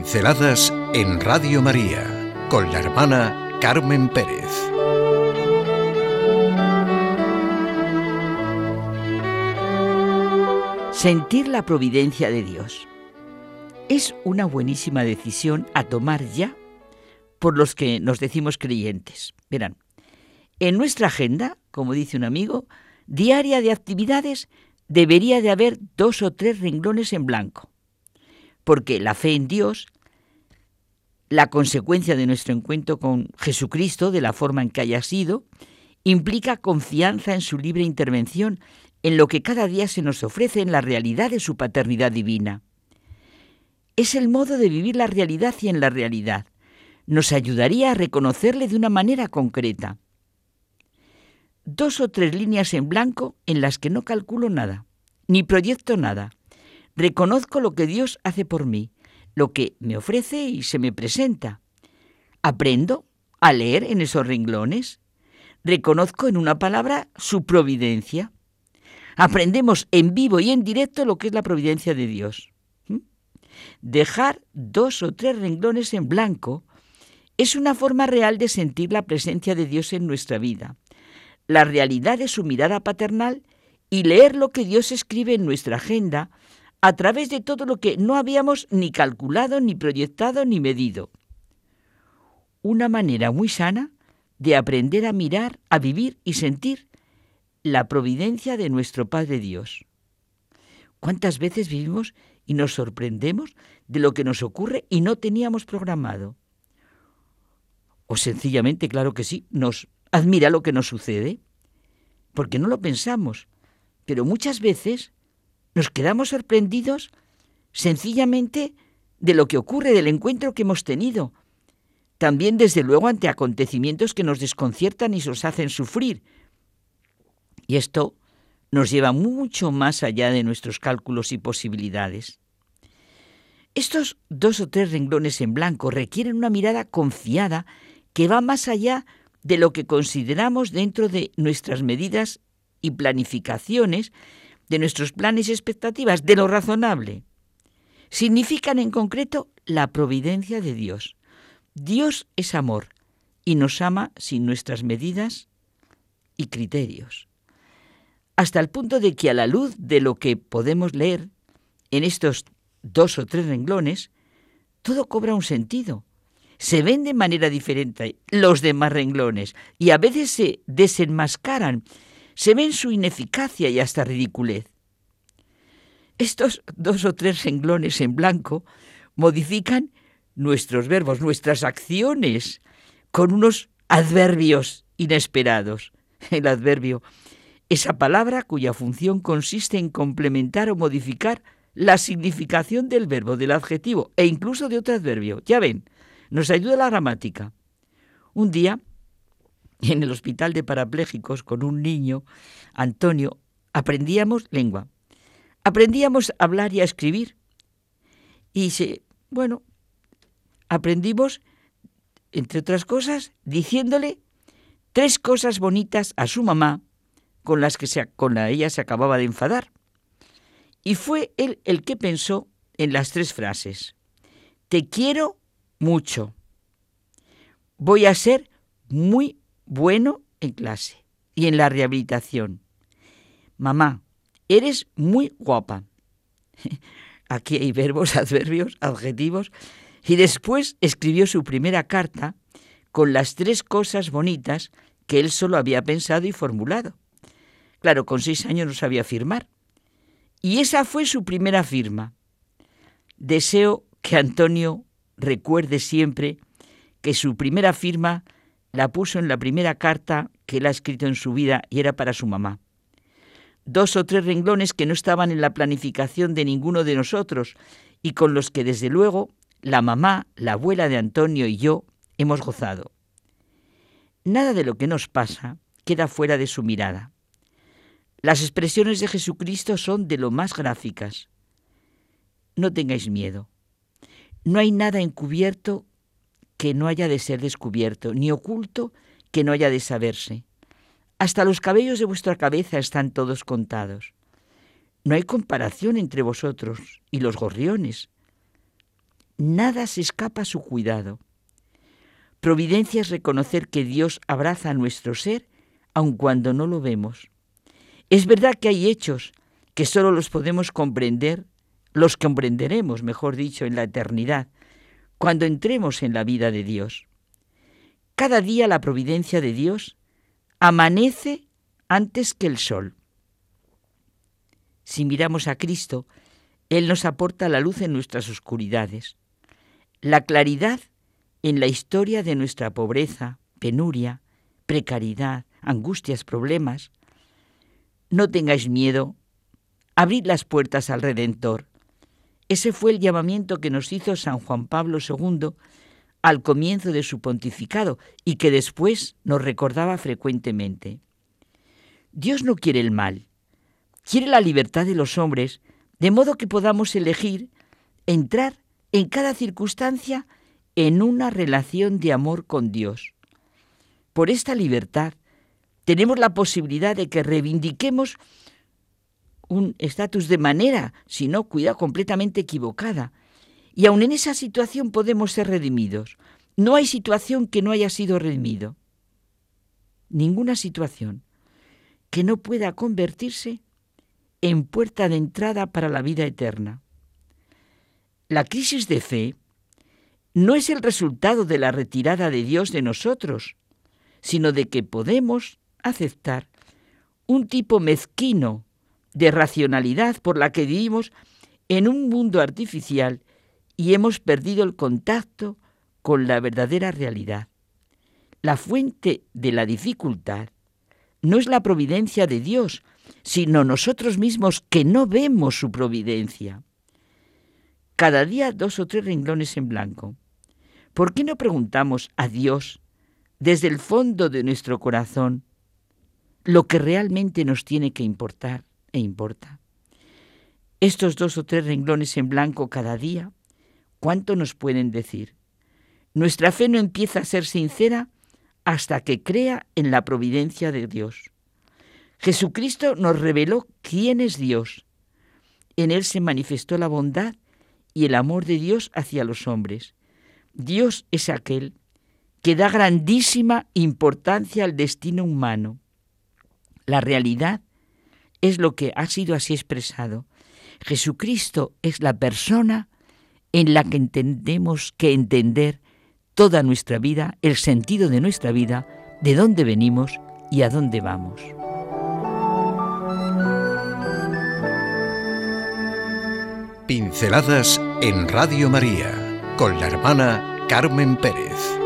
Pinceladas en Radio María con la hermana Carmen Pérez. Sentir la providencia de Dios es una buenísima decisión a tomar ya por los que nos decimos creyentes. Verán, en nuestra agenda, como dice un amigo, diaria de actividades debería de haber 2 o 3 renglones en blanco, porque la fe en Dios, la consecuencia de nuestro encuentro con Jesucristo, de la forma en que haya sido, implica confianza en su libre intervención en lo que cada día se nos ofrece en la realidad de su paternidad divina. Es el modo de vivir la realidad y en la realidad. Nos ayudaría a reconocerle de una manera concreta. 2 o 3 líneas en blanco en las que no calculo nada, ni proyecto nada. Reconozco lo que Dios hace por mí, lo que me ofrece y se me presenta. Aprendo a leer en esos renglones. Reconozco en una palabra su providencia. Aprendemos en vivo y en directo lo que es la providencia de Dios. Dejar 2 o 3 renglones en blanco es una forma real de sentir la presencia de Dios en nuestra vida, la realidad de su mirada paternal y leer lo que Dios escribe en nuestra agenda a través de todo lo que no habíamos ni calculado, ni proyectado, ni medido. Una manera muy sana de aprender a mirar, a vivir y sentir la providencia de nuestro Padre Dios. ¿Cuántas veces vivimos y nos sorprendemos de lo que nos ocurre y no teníamos programado? O sencillamente, claro que sí, nos admira lo que nos sucede, porque no lo pensamos, pero muchas veces nos quedamos sorprendidos sencillamente de lo que ocurre, del encuentro que hemos tenido. También, desde luego, ante acontecimientos que nos desconciertan y nos hacen sufrir. Y esto nos lleva mucho más allá de nuestros cálculos y posibilidades. Estos 2 o 3 renglones en blanco requieren una mirada confiada que va más allá de lo que consideramos dentro de nuestras medidas y planificaciones, de nuestros planes y expectativas, de lo razonable. Significan en concreto la providencia de Dios. Dios es amor y nos ama sin nuestras medidas y criterios. Hasta el punto de que a la luz de lo que podemos leer en estos 2 o 3 renglones, todo cobra un sentido. Se ven de manera diferente los demás renglones y a veces se desenmascaran, se ven su ineficacia y hasta ridiculez. Estos 2 o 3 renglones en blanco modifican nuestros verbos, nuestras acciones, con unos adverbios inesperados. El adverbio, esa palabra cuya función consiste en complementar o modificar la significación del verbo, del adjetivo e incluso de otro adverbio. Ya ven, nos ayuda la gramática. Un día, en el hospital de parapléjicos, con un niño, Antonio, aprendíamos lengua. Aprendíamos a hablar y a escribir. Y aprendimos, entre otras cosas, diciéndole 3 cosas bonitas a su mamá con las que ella se acababa de enfadar. Y fue él el que pensó en las 3 frases. Te quiero mucho. Voy a ser muy bueno en clase y en la rehabilitación. Mamá, eres muy guapa. Aquí hay verbos, adverbios, adjetivos. Y después escribió su primera carta con las 3 cosas bonitas que él solo había pensado y formulado. Claro, con 6 años no sabía firmar. Y esa fue su primera firma. Deseo que Antonio recuerde siempre que su primera firma la puso en la primera carta que él ha escrito en su vida y era para su mamá. 2 o 3 renglones que no estaban en la planificación de ninguno de nosotros y con los que desde luego la mamá, la abuela de Antonio y yo hemos gozado. Nada de lo que nos pasa queda fuera de su mirada. Las expresiones de Jesucristo son de lo más gráficas. No tengáis miedo. No hay nada encubierto que no haya de ser descubierto, ni oculto que no haya de saberse. Hasta los cabellos de vuestra cabeza están todos contados. No hay comparación entre vosotros y los gorriones. Nada se escapa a su cuidado. Providencia es reconocer que Dios abraza a nuestro ser aun cuando no lo vemos. Es verdad que hay hechos que solo los podemos comprender, los comprenderemos, mejor dicho, en la eternidad, cuando entremos en la vida de Dios. Cada día la providencia de Dios amanece antes que el sol. Si miramos a Cristo, Él nos aporta la luz en nuestras oscuridades, la claridad en la historia de nuestra pobreza, penuria, precariedad, angustias, problemas. No tengáis miedo, abrid las puertas al Redentor. Ese fue el llamamiento que nos hizo San Juan Pablo II al comienzo de su pontificado y que después nos recordaba frecuentemente. Dios no quiere el mal, quiere la libertad de los hombres, de modo que podamos elegir entrar en cada circunstancia en una relación de amor con Dios. Por esta libertad tenemos la posibilidad de que reivindiquemos un estatus de manera, si no, cuidado, completamente equivocada. Y aun en esa situación podemos ser redimidos. No hay situación que no haya sido redimido. Ninguna situación que no pueda convertirse en puerta de entrada para la vida eterna. La crisis de fe no es el resultado de la retirada de Dios de nosotros, sino de que podemos aceptar un tipo mezquino de racionalidad por la que vivimos en un mundo artificial y hemos perdido el contacto con la verdadera realidad. La fuente de la dificultad no es la providencia de Dios, sino nosotros mismos que no vemos su providencia. Cada día 2 o 3 renglones en blanco. ¿Por qué no preguntamos a Dios desde el fondo de nuestro corazón lo que realmente nos tiene que importar e importa? Estos 2 o 3 renglones en blanco cada día, ¿cuánto nos pueden decir? Nuestra fe no empieza a ser sincera hasta que crea en la providencia de Dios. Jesucristo nos reveló quién es Dios. En Él se manifestó la bondad y el amor de Dios hacia los hombres. Dios es aquel que da grandísima importancia al destino humano. La realidad es lo que ha sido así expresado. Jesucristo es la persona en la que tenemos que entender toda nuestra vida, el sentido de nuestra vida, de dónde venimos y a dónde vamos. Pinceladas en Radio María con la hermana Carmen Pérez.